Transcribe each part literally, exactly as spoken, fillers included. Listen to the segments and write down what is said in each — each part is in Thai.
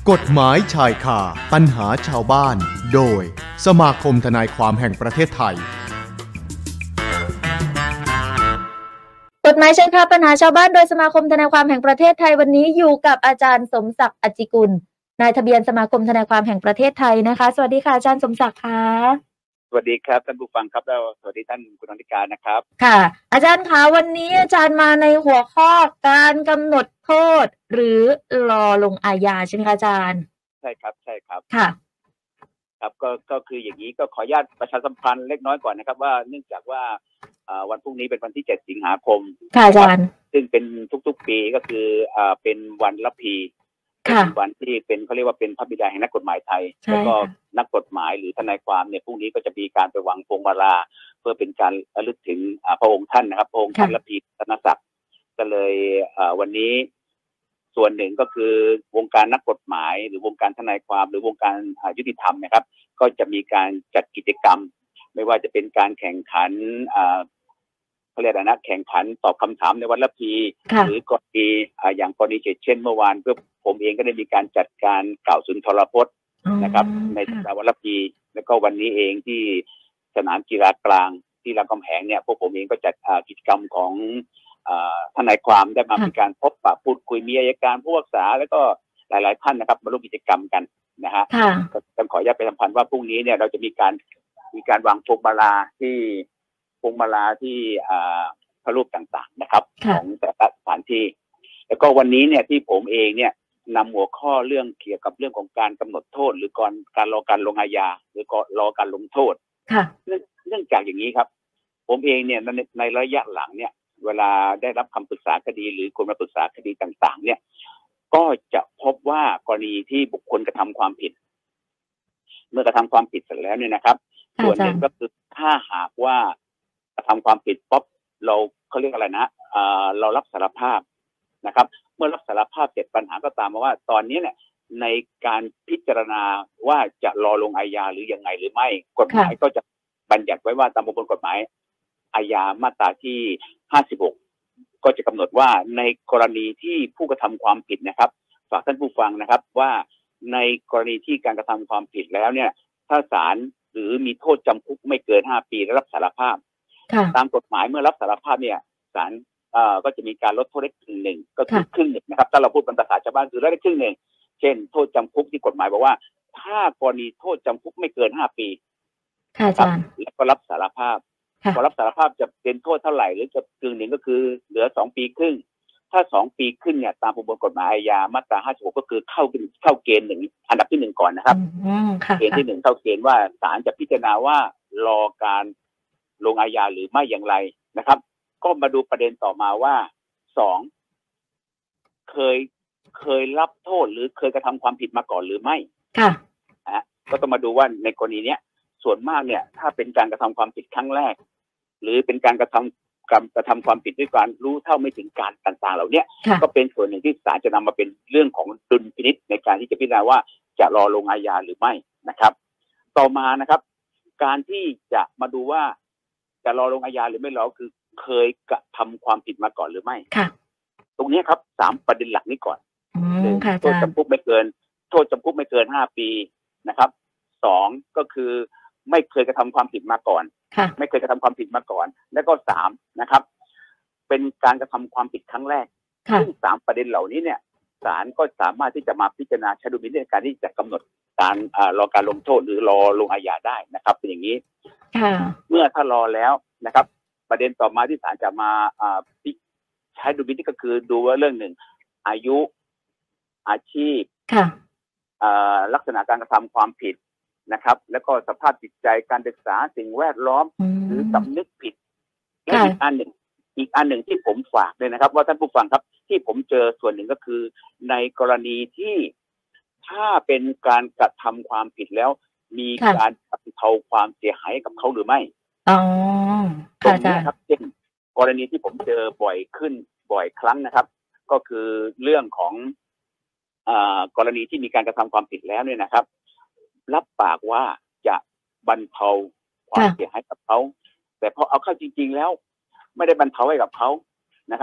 กฎหมายชายคาปัญหาชาวบ้านโดยสมาคมทนายความแห่งประเทศไทยกฎหมายชายคาปัญหาชาวบ้านโดยสมาคมทนายความแห่งประเทศไทยวันนี้อยู่กับอาจารย์สมศักดิ์อจจิกุลนายทะเบียนสมาคมทนายความแห่งประเทศไทยนะคะสวัสดีค่ะอาจารย์สมศักดิ์ค่ะสวัสดีครับท่านผู้ฟังครับแล้วสวัสดีท่านคุณอธิการนะครับค่ะอาจารย์คะวันนี้อาจารย์มาในหัวข้อการกำหนดโทษหรือรอลงอาญาใช่ไหมคะอาจารย์ใช่ครับใช่ครับค่ะครับก็ก็คืออย่างนี้ก็ขออนุญาตประชาสัมพันธ์เล็กน้อยก่อนนะครับว่าเนื่องจากว่าวันพรุ่งนี้เป็นวันที่เจ็ดสิงหาคมค่ะอาจารย์ซึ่งเป็นทุกๆปีก็คืออ่าเป็นวันละพีเป็นวันที่เป็นเขาเรียกว่าเป็นพระบิดาแห่งนักกฎหมายไทยแล้วก็นักกฎหมายหรือทนายความเนี่ยพรุ่งนี้ก็จะมีการไปวางพวงมาลาเพื่อเป็นการระลึกถึงพระองค์ท่านนะครับพระองค์ท่านละพีธนศักดิ์ก็เลยวันนี้ส่วนหนึ่งก็คือวงการนักกฎหมายหรือวงการทนายความหรือวงการยุติธรรมนะครับก็จะมีการจัดกิจกรรมไม่ว่าจะเป็นการแข่งขันเขาเรียกอะไรนะแข่งขันตอบคำถามในวันละพีหรือกรณีอย่างกรณีเช่นเมื่อวานเพื่อผมเองก็ได้มีการจัดการกล่าวสุนทรพจน์นะครับในวันละพีแล้วก็วันนี้เองที่สนามกีฬากลางที่รามคำแหงเนี่ยพวกผมเองก็จัดกิจกรรมของทนายความได้มามีการพบปะพูดคุยมีอัยการผู้พิพากษาแล้วก็หลายๆท่านนะครับมาร่วมกิจกรรมกันนะฮะก็ต้องขออนุญาตไปสัมพันธ์ว่าพรุ่งนี้เนี่ยเราจะมีการมีการวางพวงมาลาที่พวงมาลาที่พระรูปต่างๆนะครับของแต่ละสถานที่แล้วก็วันนี้เนี่ยที่ผมเองเนี่ยนำหัวข้อเรื่องเกี่ยวกับเรื่องของการกำหนดโทษหรือการการรอการลงอาญาหรือก็รอการลงโทษเนื่องจากอย่างนี้ครับผมเองเนี่ยในในระยะหลังเนี่ยเวลาได้รับคำปรึกษาคดีหรือคนมาปรึกษาคดีต่างๆเนี่ยก็จะพบว่ากรณีที่บุคคลกระทำความผิดเมื่อกระทำความผิดเสร็จแล้วเนี่ยนะครับส่วนหนึ่งก็คือถ้าหากว่ากระทำความผิดป๊อบเราเขาเรียกอะไรนะเรารับสารภาพนะครับเมื่อรับสารภาพเสร็จปัญหาก็ตามมาว่าตอนนี้เนี่ยในการพิจารณาว่าจะรอลงอาญาหรือยังไงหรือไม่กฎหมายก็จะบัญญัติไว้ว่าตามประมวลกฎหมายอาญามาตราที่ห้าสิบหกก็จะกำหนดว่าในกรณีที่ผู้กระทำความผิดนะครับฝากท่านผู้ฟังนะครับว่าในกรณีที่การกระทำความผิดแล้วเนี่ยถ้าศาลหรือมีโทษจำคุกไม่เกินห้าปีและรับสารภาพตามกฎหมายเมื่อรับสารภาพเนี่ยศาลก็จะมีการลดโทษได้ครึ่งหนึ่งก็คือครึ่งหนึ่งนะครับถ้าเราพูดเป็นภาษาชาวบ้านคือลดได้ครึ่งหนึ่งเช่นโทษจำคุกที่กฎหมายบอกว่าถ้ากรณีโทษจำคุกไม่เกินห้าปีแล้วก็รับสารภาพพอรับสารภาพจะเป็นโทษเท่าไหร่หรือจะครึ่งหนึ่งก็คือเหลือสองปีครึ่งถ้าสองปีครึ่งเนี่ยตามประมวลกฎหมายอาญามาตราห้าสิบหกก็คือเข้าเข้าเกณฑ์หนึ่งอันดับที่หนึ่งก่อนนะครับเกณฑ์ที่หนึ่งเข้าเกณฑ์ว่าศาลจะพิจารณาว่ารอการลงอาญาหรือไม่อย่างไรนะครับก็มาดูประเด็นต่อมาว่าสองเคยเคยรับโทษหรือเคยกระทำความผิดมาก่อนหรือไม่ค่ะนะก็ต้องมาดูว่าในกรณีเนี้ยส่วนมากเนี่ยถ้าเป็นการกระทำความผิดครั้งแรกหรือเป็นการกระทำการกระทำความผิดด้วยการรู้เท่าไม่ถึงการต่างๆเหล่านี้ก็เป็นส่วนหนึ่งที่ศาลจะนำมาเป็นเรื่องของดุลพินิจในการที่จะพิจารณาว่าจะรอลงอาญาหรือไม่นะครับต่อมานะครับการที่จะมาดูว่าจะรอลงอาญาหรือไม่รอคือเคยกระทำความผิดมาก่อนหรือไม่ตรงนี้ครับสามประเด็นหลักนี้ก่อนหนึ่งโทษจำคุกไม่เกินโทษจำคุกไม่เกินห้าปีนะครับสองก็คือไม่เคยกระทำความผิดมาก่อนไม่เคยกระทำความผิดมาก่อนแล้วก็สามนะครับเป็นการกระทำความผิดครั้งแรกซึ่งสามประเด็นเหล่านี้เนี่ยศาลก็สามารถที่จะมาพิจารณาใช้ดุลพินิจในการที่จะกำหนดการรอการลงโทษหรือรอลงอาญาได้นะครับเป็นอย่างนี้เมื่อถ้ารอแล้วนะครับประเด็นต่อมาที่ศาลจะมาใช้ดุลพินิจก็คือดูว่าเรื่องหนึ่งอายุอาชีพลักษณะการกระทำความผิดนะครับแล้วก็สภาพจิตใจการศึกษาสิ่งแวดล้อมหรือสำนึกผิดและอีกอันหนึ่งอีกอันหนึ่งที่ผมฝากเลยนะครับว่าท่านผู้ฟังครับที่ผมเจอส่วนหนึ่งก็คือในกรณีที่ถ้าเป็นการกระทำความผิดแล้วมีการบรรเทาความเสียหายกับเขาหรือไม่อ๋อตรงนี้ครับเช่นกรณีที่ผมเจอบ่อยขึ้นบ่อยครั้งนะครับก็คือเรื่องของอ่ากรณีที่มีการกระทำความผิดแล้วเนี่ยนะครับรับปากว่าจะบรรเทาความเสียหายกับเขาแต่พอเอาเข้าจริงๆแล้วไม่ได้บรรเทาให้กับเขานะครับ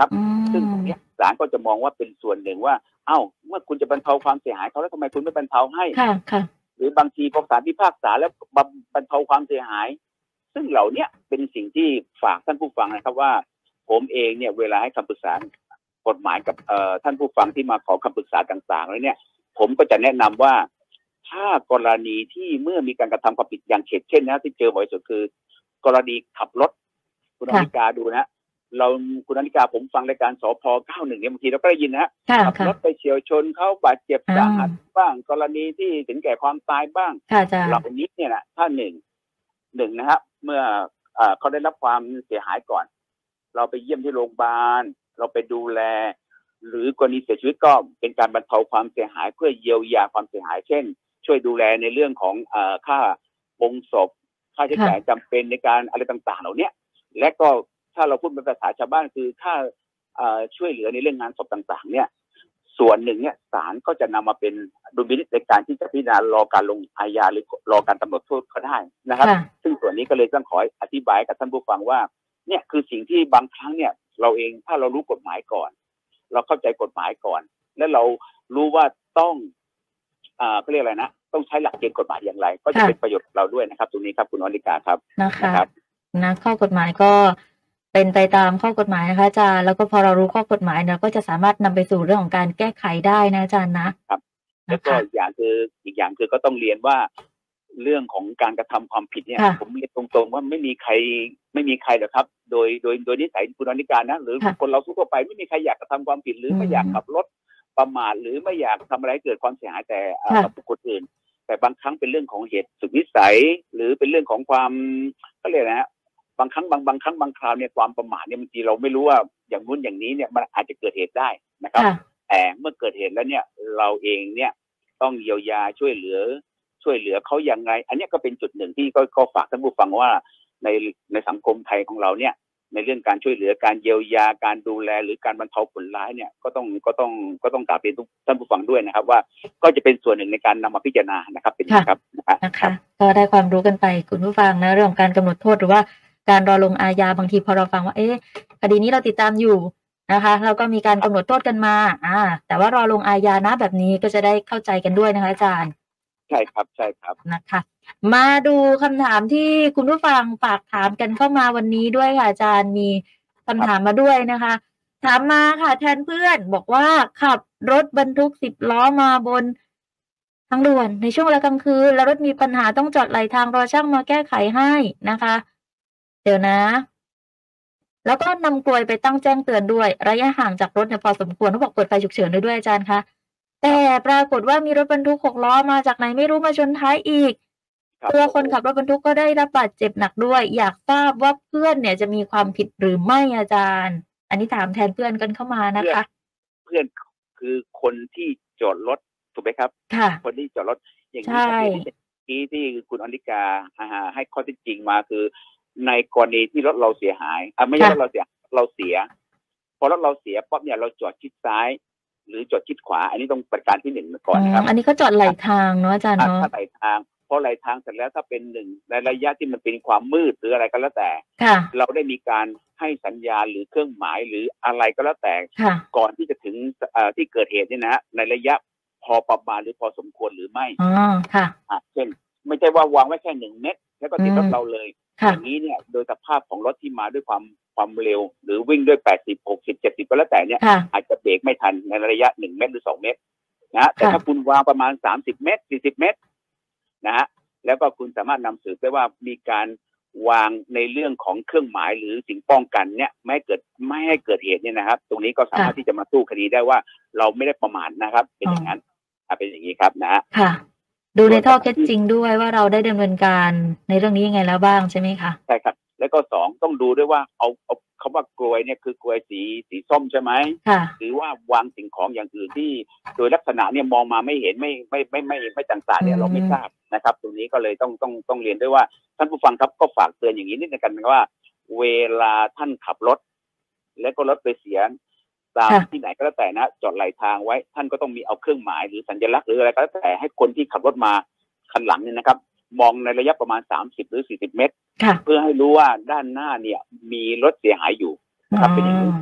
ซึ่งตรงนี้ศาลก็จะมองว่าเป็นส่วนหนึ่งว่าเอ้าเมื่อคุณจะบรรเทาความเสียหายเขาแล้วทำไมคุณไม่บรรเทาให้ค่ะค่ะหรือบางทีพอศาลพิพากษาแล้วบรรเทาความเสียหายซึ่งเหล่านี้เป็นสิ่งที่ฝากท่านผู้ฟังนะครับว่าผมเองเนี่ยเวลาให้คำปรึกษากฎหมายกับท่านผู้ฟังที่มาขอคำปรึกษาต่างๆแล้วเนี่ยผมก็จะแนะนำว่าถ้ากรณีที่เมื่อมีการกระทำความผิดอย่างเช่นนะที่เจอบ่อยสุดคือกรณีขับรถคุณอนิกาดูนะเราคุณอนิกาผมฟังรายการสพเก้าหนึ่งเนี่ยบางทีเราก็ได้ยินนะขับรถไปเฉียวชนเขาบาดเจ็บสาหัสบ้างกรณีที่ถึงแก่ความตายบ้างเหล่านี้เนี่ยนะถ้าหนึ่งหนึ่งนะครับเมื่อเขาได้รับความเสียหายก่อนเราไปเยี่ยมที่โรงพยาบาลเราไปดูแลหรือกรณีเสียชีวิตก็เป็นการบรรเทาความเสียหายเพื่อเยียวยาความเสียหายเช่นช่วยดูแลในเรื่องของเอ่อค่าปงศพค่าใช้จ่ายจำเป็นในการอะไรต่างๆเหล่านี้และก็ถ้าเราพูดเป็นภาษาชาวบ้านคือค่าเอ่อช่วยเหลือในเรื่องงานศพต่างๆเนี่ยส่วนหนึ่งเนี่ยศาลก็จะนำมาเป็นดุลพินิจในการที่จะพิจารณารอการลงอาญาหรือรอการกำหนดโทษก็ได้นะครับซึ่งส่วนนี้ก็เลยต้องขออธิบายกับท่านผู้ฟังว่าเนี่ยคือสิ่งที่บางครั้งเนี่ยเราเองถ้าเรารู้กฎหมายก่อนเราเข้าใจกฎหมายก่อนและเรารู้ว่าต้องอ่าเขาเรียกอะไรนะต้องใช้หลักเกณฑ์กฎหมายอย่างไรก็จะเป็นประโยชน์เราด้วยนะครับตรงนี้ครับคุณอนิกาครับนะคะนะข้อกฎหมายก็เป็นไปตามข้อกฎหมายนะคะอาจารย์แล้วก็พอเรารู้ข้อกฎหมายเราก็จะสามารถนำไปสู่เรื่องของการแก้ไขได้นะอาจารย์นะครับแล้วก็อีกอย่างคืออีกอย่างคือก็ต้องเรียนว่าเรื่องของการกระทำความผิดเนี่ยผมเรียนตรงๆว่าไม่มีใครไม่มีใครหรอกครับโดยโดยโดยนิสัยคุณอนิกานะหรือคนเราทั่วไปไม่มีใครอยากกระทำความผิดหรือไม่อยากขับรถประมาทหรือไม่อยากทำอะไรเกิดความเสียหายแต่กับบุคคลอื่นแต่บางครั้งเป็นเรื่องของเหตุสุดวิสัยหรือเป็นเรื่องของความก็เรียกนะฮะบางครั้งบางบางครั้งบางคราวเนี่ยความประมาทเนี่ยบางทีเราไม่รู้ว่าอย่างนู้นอย่างนี้เนี่ยมันอาจจะเกิดเหตุได้นะครับแต่เมื่อเกิดเหตุแล้วเนี่ยเราเองเนี่ยต้องเยียวยาช่วยเหลือช่วยเหลือเขาอย่างไรอันนี้ก็เป็นจุดหนึ่งที่ก็ฝากท่านผู้ฟังว่าในในสังคมไทยของเราเนี่ยในเรื่องการช่วยเหลือการเยียวยาการดูแลหรือการบรรเทาผลร้ายเนี่ยก็ต้องก็ต้องก็ต้องกราบเรียนท่านผู้ฟังด้วยนะครับว่าก็จะเป็นส่วนหนึ่งในการนำมาพิจารณานะครับเป็นครับนะคะก็ได้ความรู้กันไปคุณผู้ฟังนะเรื่องของการกำหนดโทษหรือว่าการรอลงอาญาบางทีพอเราฟังว่าเอ๊ะคดีนี้เราติดตามอยู่นะคะเราก็มีการกำหนดโทษกันมาอ่าแต่ว่ารอลงอาญานะแบบนี้ก็จะได้เข้าใจกันด้วยนะคะอาจารย์ใช่ครับใช่ครับนะคะมาดูคำถามที่คุณผู้ฟังฝากถามกันเข้ามาวันนี้ด้วยค่ะอาจารย์มีคำถามมาด้วยนะคะถามมาค่ะแทนเพื่อนบอกว่าขับรถบรรทุกสิบล้อมาบนทางด่วนในช่วงเวลากลางคืนแล้วรถมีปัญหาต้องจอดไหลทางรอช่างมาแก้ไขให้นะคะเดี๋ยวนะแล้วก็นำกลวยไปตั้งแจ้งเตือนด้วยระยะห่างจากรถเนี่ยพอสมควรเขาบอกเปิดไฟฉุกเฉินด้วยด้วยอาจารย์คะแต่ปรากฏว่ามีรถบรรทุกหกล้อมาจากไหนไม่รู้มาชนท้ายอีกตัวคนขับรถบรรทุกก็ได้รับบาดเจ็บหนักด้วยอยากทราบว่าเพื่อนเนี่ยจะมีความผิดหรือไม่อาจารย์อันนี้ถามแทนเพื่อนกันเข้ามานะคะเพื่อนคือคนที่จอดรถถูกไหมครับค่ะคนที่จอดรถอย่างนี้ที่ที่คุณอนิกาให้ข้อเท็จจริงมาคือในกรณีที่รถเราเสียหายอ่ะไม่ใช่รถเราเสียเราเสียพอรถเราเสียป๊อบเนี่ยเราจอดชิดซ้ายหรือจอดชิดขวาอันนี้ต้องประการที่หนึ่งก่อนนะครับอันนี้ก็จอดไหลทางเนาะอาจารย์เนาะถ้าไหลทางพอไหลทางเสร็จแล้วถ้าเป็นหนึ่งในระยะที่มันเป็นความมืดหรืออะไรก็แล้วแต่เราได้มีการให้สัญญาณหรือเครื่องหมายหรืออะไรก็แล้วแต่ก่อนที่จะถึงที่เกิดเหตุเนี่ยนะในระยะพอประมาณหรือพอสมควรหรือไม่อ๋อค่ะเช่นไม่ใช่ว่าวางไว้แค่หนึ่งเมตรแล้วก็ติดรถเราเลยอย่างนี้เนี่ยโดยสภาพของรถที่มาด้วยความความเร็วหรือวิ่งด้วยแปดสิบ หกสิบ เจ็ดสิบก็แล้วแต่เนี่ยอาจจะเบรกไม่ทันในระยะหนึ่งเมตรหรือสองเมตรนะแต่ถ้าคุณวางประมาณสามสิบเมตรสี่สิบเมตรนะฮะแล้วก็คุณสามารถนำสืบได้ว่ามีการวางในเรื่องของเครื่องหมายหรือสิ่งป้องกันเนี่ยไม่ให้เกิดไม่ให้เกิดเหตุเนี่ยนะครับตรงนี้ก็สามารถที่จะมาสู้คดีได้ว่าเราไม่ได้ประมาทนะครับเป็นอย่างนั้นเป็นอย่างนี้ครับนะค่ะดูในท่อเท็จจริงด้วยว่าเราได้ดำเนินการในเรื่องนี้ยังไงแล้วบ้างใช่ไหมคะใช่ครับแล้วก็สองต้องดูด้วยว่าเอาเอาคำว่ากลวยเนี่ยคือกลวยสีสีส้มใช่ไหมหรือว่าวางสิ่งของอย่างอื่นที่โดยลักษณะเนี่ยมองมาไม่เห็นไม่ไม่ไม่ไม่ไม่ต่างๆเนี่ยเราไม่ทราบนะครับตรงนี้ก็เลยต้องต้องต้องเรียนด้วยว่าท่านผู้ฟังครับก็ฝากเตือนอย่างนี้นิดนึงกันว่าเวลาท่านขับรถแล้วก็รถไปเสียตามที่ไหนก็แล้วแต่นะจอดไหลทางไว้ท่านก็ต้องมีเอาเครื่องหมายหรือสัญลักษณ์หรืออะไรก็แล้วแต่ให้คนที่ขับรถมาคันหลังเนี่ยนะครับมองในระยะประมาณสามสิบหรือสี่สิบเมตรเพื่อให้รู้ว่าด้านหน้าเนี่ยมีรถเสียหายอยู่นะครับเป็นอย่างนี้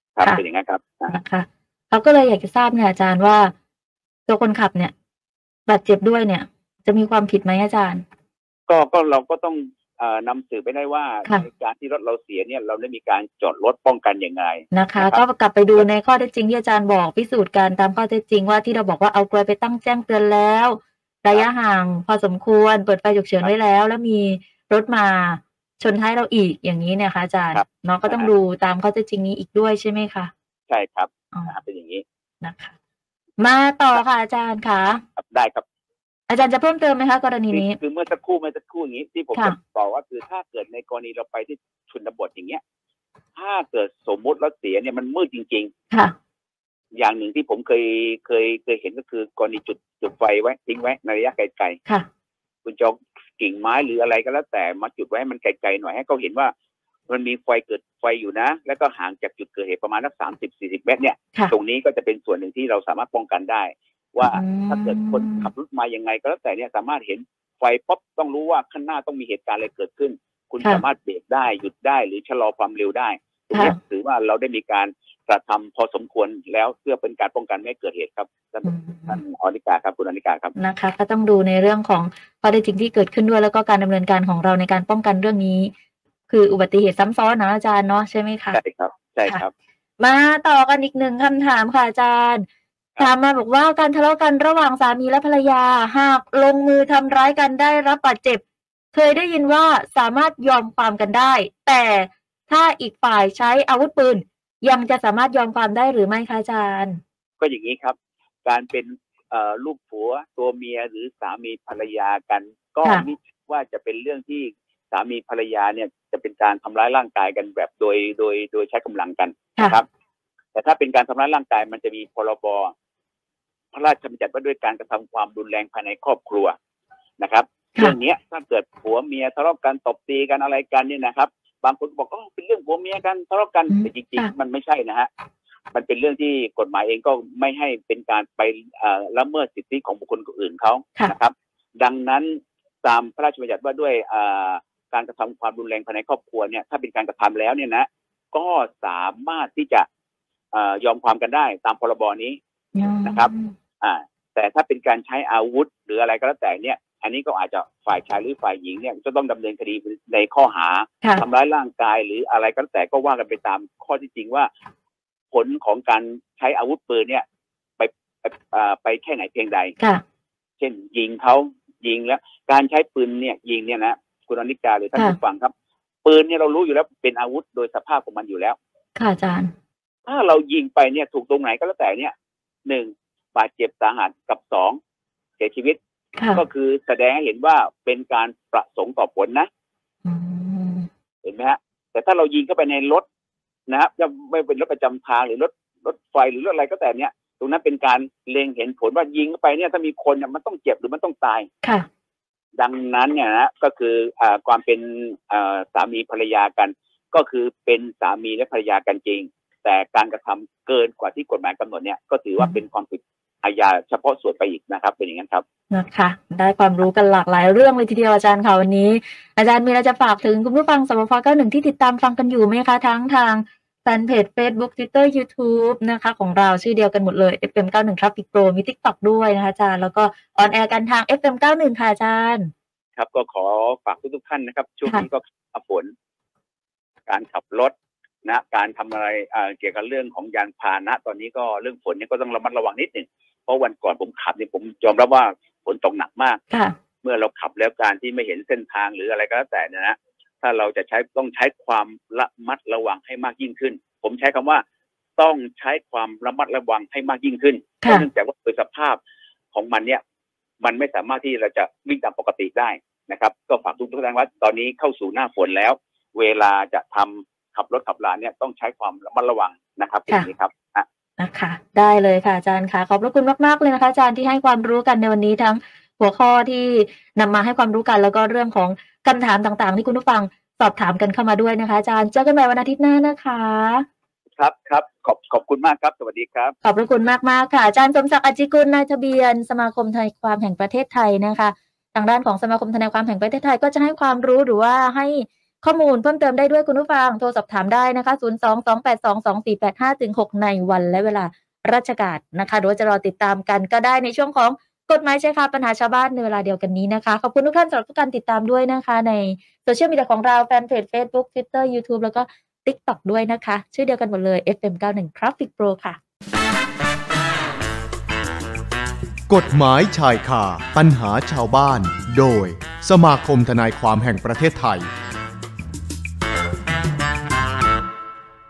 ครับเป็นอย่างนั้นครับนะคะเขาก็เลยอยากจะทราบเนี่ยอาจารย์ว่าตัวคนขับเนี่ยบาดเจ็บด้วยเนี่ยจะมีความผิดไหมอาจารย์ก็ก็เราก็ต้องนำสืบไปได้ว่าในการที่รถเราเสียเนี่ยเราได้มีการจอดรถป้องกันยังไงนะคะก็กลับไปดูในข้อเท็จจริงที่อาจารย์บอกพิสูจน์กันตามข้อเท็จจริงว่าที่เราบอกว่าเอากลวยไปตั้งแจ้งเตือนแล้วระยะห่างพอสมควรเปิดไฟฉุกเฉินไว้แล้วแล้วมีรถมาชนท้ายเราอีกอย่างนี้เนี่ยค่ะอาจารย์เนาะก็ต้องดูตามข้อเท็จจริงนี้อีกด้วยใช่ไหมคะใช่ครับเป็นอย่างนี้นะคะมาต่อค่ะอาจารย์ค่ะได้ครับอาจารย์จะเพิ่มเติมไหมคะกรณีนี้คือเมื่อสักครู่เมื่อสักครู่อย่างนี้ที่ผมจะบอกว่าคือถ้าเกิดในกรณีเราไปที่ชนบทอย่างเงี้ยถ้าเกิดสมมุติรถเสียเนี่ยมันมืดจริงๆค่ะอย่างหนึ่งที่ผมเคยเคยเคยเห็นก็คือกรณีจุดจุดไฟไว้ทิ้งไว้ในระยะไกลๆค่ะคุณจองกิ่งไม้หรืออะไรก็แล้วแต่มาจุดไว้ให้มันไกลๆหน่อยให้เขาเห็นว่ามันมีไฟเกิดไฟอยู่นะแล้วก็ห่างจากจุดเกิดเหตุประมาณสักสามสิบสี่สิบเมตรเนี่ยตรงนี้ก็จะเป็นส่วนหนึ่งที่เราสามารถป้องกันได้ว่าถ้าเกิดคนขับรถมายังไงก็แล้วแต่เนี่ยสามารถเห็นไฟป๊อปต้องรู้ว่าข้างหน้าต้องมีเหตุการณ์อะไรเกิดขึ้นคุณสามารถเบรกได้หยุดได้หรือชะลอความเร็วได้ตรงนี้ถือว่าเราได้มีการกระทำพอสมควรแล้วเพื่อเป็นการป้องกันไม่ให้เกิดเหตุครับท่านท่านอนิกาครับคุณอนิกาครับนะคะก็ต้องดูในเรื่องของข้อเท็จจริงที่เกิดขึ้นด้วยแล้วก็การดำเนินการของเราในการป้องกันเรื่องนี้คืออุบัติเหตุซ้ำซ้อนนะอาจารย์เนาะใช่ไหมคะใช่ครับใช่ครับมาต่อกันอีกหนึ่งคำถามค่ะอาจารย์ถามมาบอกว่าการทะเลาะกันระหว่างสามีและภรรยาหากลงมือทำร้ายกันได้รับบาดเจ็บเคยได้ยินว่าสามารถยอมความกันได้แต่ถ้าอีกฝ่ายใช้อาวุธปืนยังจะสามารถยอมความได้หรือไม่คะอาจารย์ก็อย่างนี้ครับการเป็นลูกผัวตัวเมียหรือสามีภรรยากันก็ไม่ว่าจะเป็นเรื่องที่สามีภรรยาเนี่ยจะเป็นการทำร้ายร่างกายกันแบบโดยโดยโดยใช้กำลังกันนะครับแต่ถ้าเป็นการทำร้ายร่างกายมันจะมีพรบพระราชบัญญัติว่าด้วยการกระทำความรุนแรงภายในครอบครัวนะครับเรื่องนี้ถ้าเกิดผัวเมียทะเลาะกันตบตีกันอะไรกันเนี่ยนะครับบางคนบอกก็เป็นเรื่องผัวเมียกันทะเลาะกันแต่จริงๆมันไม่ใช่นะฮะมันเป็นเรื่องที่กฎหมายเองก็ไม่ให้เป็นการไปละเมิดสิทธิของบุคคลอื่นเขานะครับดังนั้นตามพระราชบัญญัติว่าด้วยการกระทำความรุนแรงภายในครอบครัวเนี่ยถ้าเป็นการกระทำแล้วเนี่ยนะก็สามารถที่จะยอมความกันได้ตามพรบนี้นะครับอ่าแต่ถ้าเป็นการใช้อาวุธหรืออะไรก็แล้วแต่เนี่ยอันนี้ก็อาจจะฝ่ายชายหรือฝ่ายหญิงเนี่ยจะต้องดำเนินคดีในข้อหาทำร้ายร่างกายหรืออะไรก็แล้วแต่ก็ว่ากันไปตามข้อที่จริงว่าผลของการใช้อาวุธปืนเนี่ยไปไปแค่ไหนเพียงใดเช่นยิงเขายิงแล้วการใช้ปืนเนี่ยยิงเนี่ยนะคุณอนิกาหรือท่านผู้ฟังครับปืนเนี่ยเรารู้อยู่แล้วเป็นอาวุธโดยสภาพของมันอยู่แล้วค่ะอาจารย์ถ้าเรายิงไปเนี่ยถูกตรงไหนก็แล้วแต่เนี่ยหนึ่งบาดเจ็บสาหัสกับสองเสียชีวิตก็คือแสดงให้เห็นว่าเป็นการประสงค์ต่อผลนะเห็นไหมฮะแต่ถ้าเรายิงเข้าไปในรถนะครับจะไม่เป็นรถประจำทางหรือรถรถไฟหรือรถอะไรก็แต่เนี่ยตรงนั้นเป็นการเล็งเห็นผลว่ายิงเข้าไปเนี่ยถ้ามีคนเนี่ยมันต้องเจ็บหรือมันต้องตายค่ะดังนั้นเนี่ยนะก็คืออ่าความเป็นอ่าสามีภรรยากันก็คือเป็นสามีและภรรยากันจริงแต่การกระทำเกินกว่าที่กฎหมายกำหนดเนี่ยก็ถือว่าเป็นความผิดอาญาเฉพาะส่วนไปอีกนะครับเป็นอย่างนั้นครับนะคะได้ความรู้กันหลากหลายเรื่องเลยทีเดียวอาจารย์ค่ะวันนี้อาจารย์มีอะไรจะฝากถึงคุณผู้ฟังสมภเก้าหนึ่งที่ติดตามฟังกันอยู่ไหมคะทั้งทางแฟนเพจ Facebook Twitter YouTube นะคะของเราชื่อเดียวกันหมดเลย เอฟ เอ็ม เก้าสิบเอ็ด Traffic Pro มี TikTok ด้วยนะคะอาจารย์แล้วก็ออนแอร์กันทาง เอฟ เอ็ม เก้าสิบเอ็ด ค่ะอาจารย์ครับก็ขอฝากทุกๆท่านนะครับช่วงนี้ก็ฝนการขับรถนะการทำอะไรเกี่ยวกับเรื่องของยานพาหนะตอนนี้ก็เรื่องฝนเนี่ยก็ต้องระมัดระวังนิดหนึ่งเพราะวันก่อนผมขับเนี่ยผมยอมรับว่าฝนตกหนักมากเมื่อเราขับแล้วการที่ไม่เห็นเส้นทางหรืออะไรก็แล้วแต่เนี่ยนะถ้าเราจะใช้ต้องใช้ความระมัดระวังให้มากยิ่งขึ้นผมใช้คำว่าต้องใช้ความระมัดระวังให้มากยิ่งขึ้นเพราะเนื่องจากว่าโดยสภาพของมันเนี่ยมันไม่สามารถที่เราจะวิ่งตามปกติได้นะครับก็ฝากทุกท่านว่าตอนนี้เข้าสู่หน้าฝนแล้วเวลาจะทำขับรถขับลาเนี่ยต้องใช้ความระมัดระวังนะครับอย่างนี้ครับนะคะได้เลยค่ะอาจารย์ค่ะขอบพระคุณมากๆเลยนะคะอาจารย์ที่ให้ความรู้กันในวันนี้ทั้งหัวข้อที่นำมาให้ความรู้กันแล้วก็เรื่องของคำถามต่างๆที่คุณผู้ฟังสอบถามกันเข้ามาด้วยนะคะอาจารย์เจอกันใหม่วันอาทิตย์หน้านะคะครับครับขอบขอบคุณมากครับสวัสดีครับขอบพระคุณมากๆค่ะอาจารย์สมศักดิ์อจิกุลนายทะเบียนสมาคมทนายความแห่งประเทศไทยนะคะทางด้านของสมาคมทนายความแห่งประเทศไทยก็จะให้ความรู้หรือว่าให้ข้อมูลเพิ่มเติมได้ด้วยคุณผู้ฟังโทรสอบถามได้นะคะศูนย์ สอง สอง แปด สอง สอง สี่ แปด ห้า หก ในวันและเวลาราชการนะคะหรือว่าจะรอติดตามกันก็ได้ในช่วงของกฎหมายชายคาปัญหาชาวบ้านในเวลาเดียวกันนี้นะคะขอบคุณทุกท่านสำหรับทุกการติดตามด้วยนะคะในโซเชียลมีเดียของเราแฟนเพจ Facebook Twitter YouTube แล้วก็ TikTok ด้วยนะคะชื่อเดียวกันหมดเลย เอฟ เอ็ม เก้าสิบเอ็ด Traffic Pro ค่ะกฎหมายชายคาปัญหาชาวบ้านโดยสมาคมทนายความแห่งประเทศไทย